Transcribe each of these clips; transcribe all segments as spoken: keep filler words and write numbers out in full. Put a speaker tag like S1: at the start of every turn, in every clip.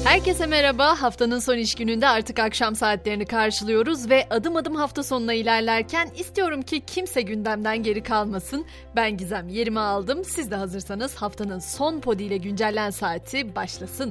S1: Herkese merhaba. Haftanın son iş gününde artık akşam saatlerini karşılıyoruz ve adım adım hafta sonuna ilerlerken istiyorum ki kimse gündemden geri kalmasın. Ben Gizem yerimi aldım. Siz de hazırsanız haftanın son podi ile güncellen saati başlasın.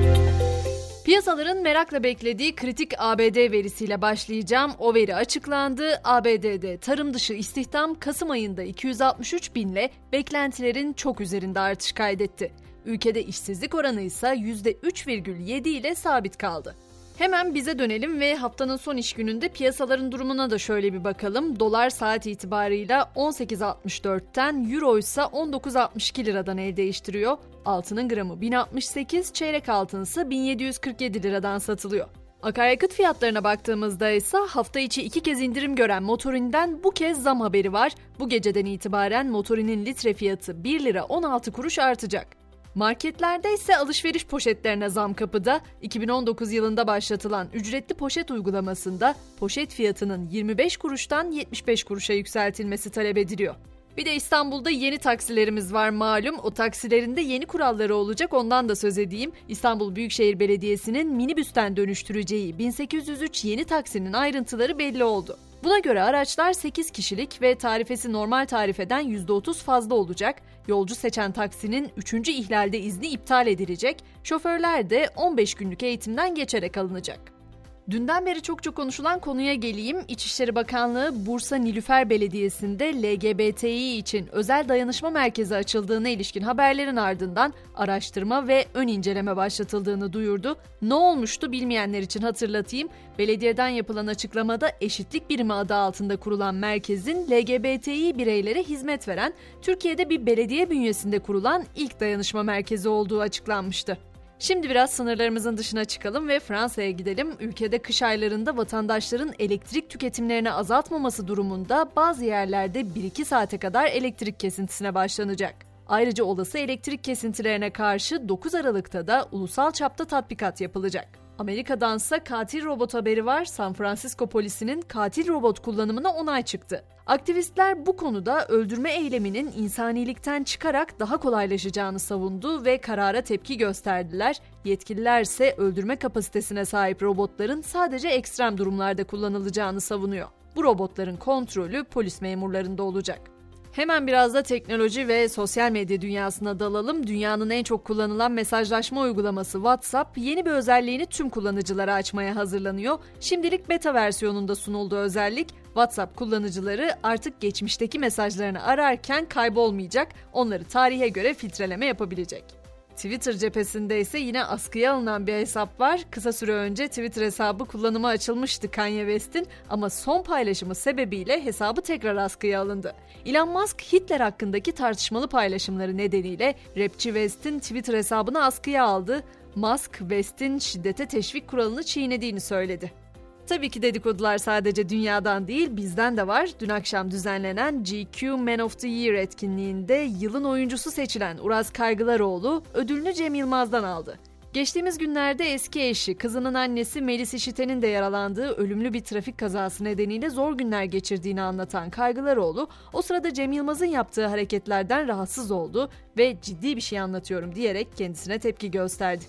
S1: Piyasaların merakla beklediği kritik A B D verisiyle başlayacağım. O veri açıklandı. A B D'de tarım dışı istihdam Kasım ayında iki yüz altmış üç binle beklentilerin çok üzerinde artış kaydetti. Ülkede işsizlik oranı ise yüzde üç virgül yedi ile sabit kaldı. Hemen bize dönelim ve haftanın son iş gününde piyasaların durumuna da şöyle bir bakalım. Dolar saat itibarıyla on sekiz altmış dörtten, Euro ise on dokuz altmış iki liradan el değiştiriyor. Altının gramı bin altmış sekiz, çeyrek altın ise bin yedi yüz kırk yedi liradan satılıyor. Akaryakıt fiyatlarına baktığımızda ise hafta içi iki kez indirim gören Motorin'den bu kez zam haberi var. Bu geceden itibaren Motorin'in litre fiyatı bir lira on altı kuruş artacak. Marketlerde ise alışveriş poşetlerine zam kapıda. iki bin on dokuz yılında başlatılan ücretli poşet uygulamasında poşet fiyatının yirmi beş kuruştan yetmiş beş kuruşa yükseltilmesi talep ediliyor. Bir de İstanbul'da yeni taksilerimiz var malum. O taksilerin de yeni kuralları olacak, ondan da söz edeyim. İstanbul Büyükşehir Belediyesi'nin minibüsten dönüştüreceği bin sekiz yüz üç yeni taksinin ayrıntıları belli oldu. Buna göre araçlar sekiz kişilik ve tarifesi normal tarifeden yüzde otuz fazla olacak. Yolcu seçen taksinin üçüncü ihlalde izni iptal edilecek. Şoförler de on beş günlük eğitimden geçerek alınacak. Dünden beri çok çok konuşulan konuya geleyim. İçişleri Bakanlığı Bursa Nilüfer Belediyesi'nde L G B T İ için özel dayanışma merkezi açıldığına ilişkin haberlerin ardından araştırma ve ön inceleme başlatıldığını duyurdu. Ne olmuştu bilmeyenler için hatırlatayım. Belediyeden yapılan açıklamada eşitlik birimi adı altında kurulan merkezin L G B T İ bireylere hizmet veren, Türkiye'de bir belediye bünyesinde kurulan ilk dayanışma merkezi olduğu açıklanmıştı. Şimdi biraz sınırlarımızın dışına çıkalım ve Fransa'ya gidelim. Ülkede kış aylarında vatandaşların elektrik tüketimlerini azaltmaması durumunda bazı yerlerde bir iki saate kadar elektrik kesintisine başlanacak. Ayrıca olası elektrik kesintilerine karşı dokuz Aralık'ta da ulusal çapta tatbikat yapılacak. Amerika'dansa katil robot haberi var. San Francisco polisinin katil robot kullanımına onay çıktı. Aktivistler bu konuda öldürme eyleminin insanilikten çıkarak daha kolaylaşacağını savundu ve karara tepki gösterdiler. Yetkililer ise öldürme kapasitesine sahip robotların sadece ekstrem durumlarda kullanılacağını savunuyor. Bu robotların kontrolü polis memurlarında olacak. Hemen biraz da teknoloji ve sosyal medya dünyasına dalalım. Dünyanın en çok kullanılan mesajlaşma uygulaması WhatsApp yeni bir özelliğini tüm kullanıcılara açmaya hazırlanıyor. Şimdilik beta versiyonunda sunulduğu özellik, WhatsApp kullanıcıları artık geçmişteki mesajlarını ararken kaybolmayacak, onları tarihe göre filtreleme yapabilecek. Twitter cephesinde ise yine askıya alınan bir hesap var. Kısa süre önce Twitter hesabı kullanıma açılmıştı Kanye West'in ama son paylaşımı sebebiyle hesabı tekrar askıya alındı. Elon Musk, Hitler hakkındaki tartışmalı paylaşımları nedeniyle rapçi West'in Twitter hesabını askıya aldı. Musk, West'in şiddete teşvik kuralını çiğnediğini söyledi. Tabii ki dedikodular sadece dünyadan değil, bizden de var. Dün akşam düzenlenen G Q Man of the Year etkinliğinde yılın oyuncusu seçilen Uraz Kaygılaroğlu ödülünü Cem Yılmaz'dan aldı. Geçtiğimiz günlerde eski eşi, kızının annesi Melis İşiten'in de yaralandığı ölümlü bir trafik kazası nedeniyle zor günler geçirdiğini anlatan Kaygılaroğlu, o sırada Cem Yılmaz'ın yaptığı hareketlerden rahatsız oldu ve ciddi bir şey anlatıyorum diyerek kendisine tepki gösterdi.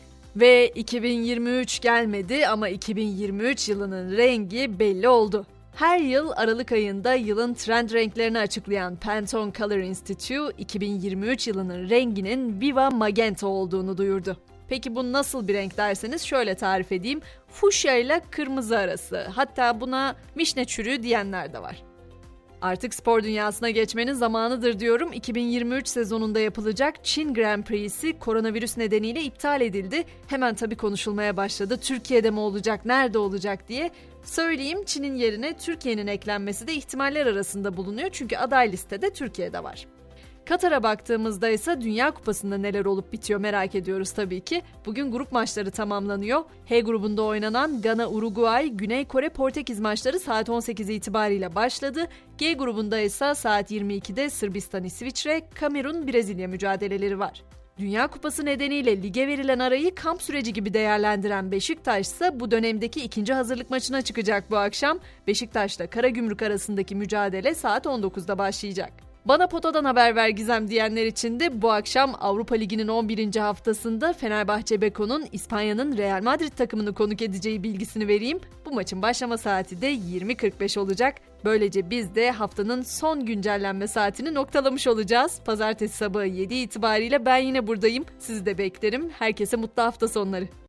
S1: Ve iki bin yirmi üç gelmedi ama iki bin yirmi üç yılının rengi belli oldu. Her yıl Aralık ayında yılın trend renklerini açıklayan Pantone Color Institute, iki bin yirmi üç yılının renginin Viva Magenta olduğunu duyurdu. Peki bu nasıl bir renk derseniz şöyle tarif edeyim. Fuşya ile kırmızı arası, hatta buna mişne çürüğü diyenler de var. Artık spor dünyasına geçmenin zamanıdır diyorum. iki bin yirmi üç sezonunda yapılacak Çin Grand Prix'si koronavirüs nedeniyle iptal edildi. Hemen tabii konuşulmaya başladı. Türkiye'de mi olacak, nerede olacak diye. Söyleyeyim, Çin'in yerine Türkiye'nin eklenmesi de ihtimaller arasında bulunuyor. Çünkü aday listede Türkiye'de var. Katar'a baktığımızda ise Dünya Kupası'nda neler olup bitiyor merak ediyoruz tabii ki. Bugün grup maçları tamamlanıyor. H grubunda oynanan Gana-Uruguay, Güney Kore-Portekiz maçları saat on sekiz itibariyle başladı. G grubunda ise saat yirmi ikide Sırbistan-İsviçre, Kamerun-Brezilya mücadeleleri var. Dünya Kupası nedeniyle lige verilen arayı kamp süreci gibi değerlendiren Beşiktaş ise bu dönemdeki ikinci hazırlık maçına çıkacak bu akşam. Beşiktaş'la Karagümrük arasındaki mücadele saat on dokuzda başlayacak. Bana potadan haber ver Gizem diyenler için de bu akşam Avrupa Ligi'nin on birinci haftasında Fenerbahçe Beko'nun İspanya'nın Real Madrid takımını konuk edeceği bilgisini vereyim. Bu maçın başlama saati de yirmi kırk beş olacak. Böylece biz de haftanın son güncellenme saatini noktalamış olacağız. Pazartesi sabahı yedi itibariyle ben yine buradayım. Sizi de beklerim. Herkese mutlu hafta sonları.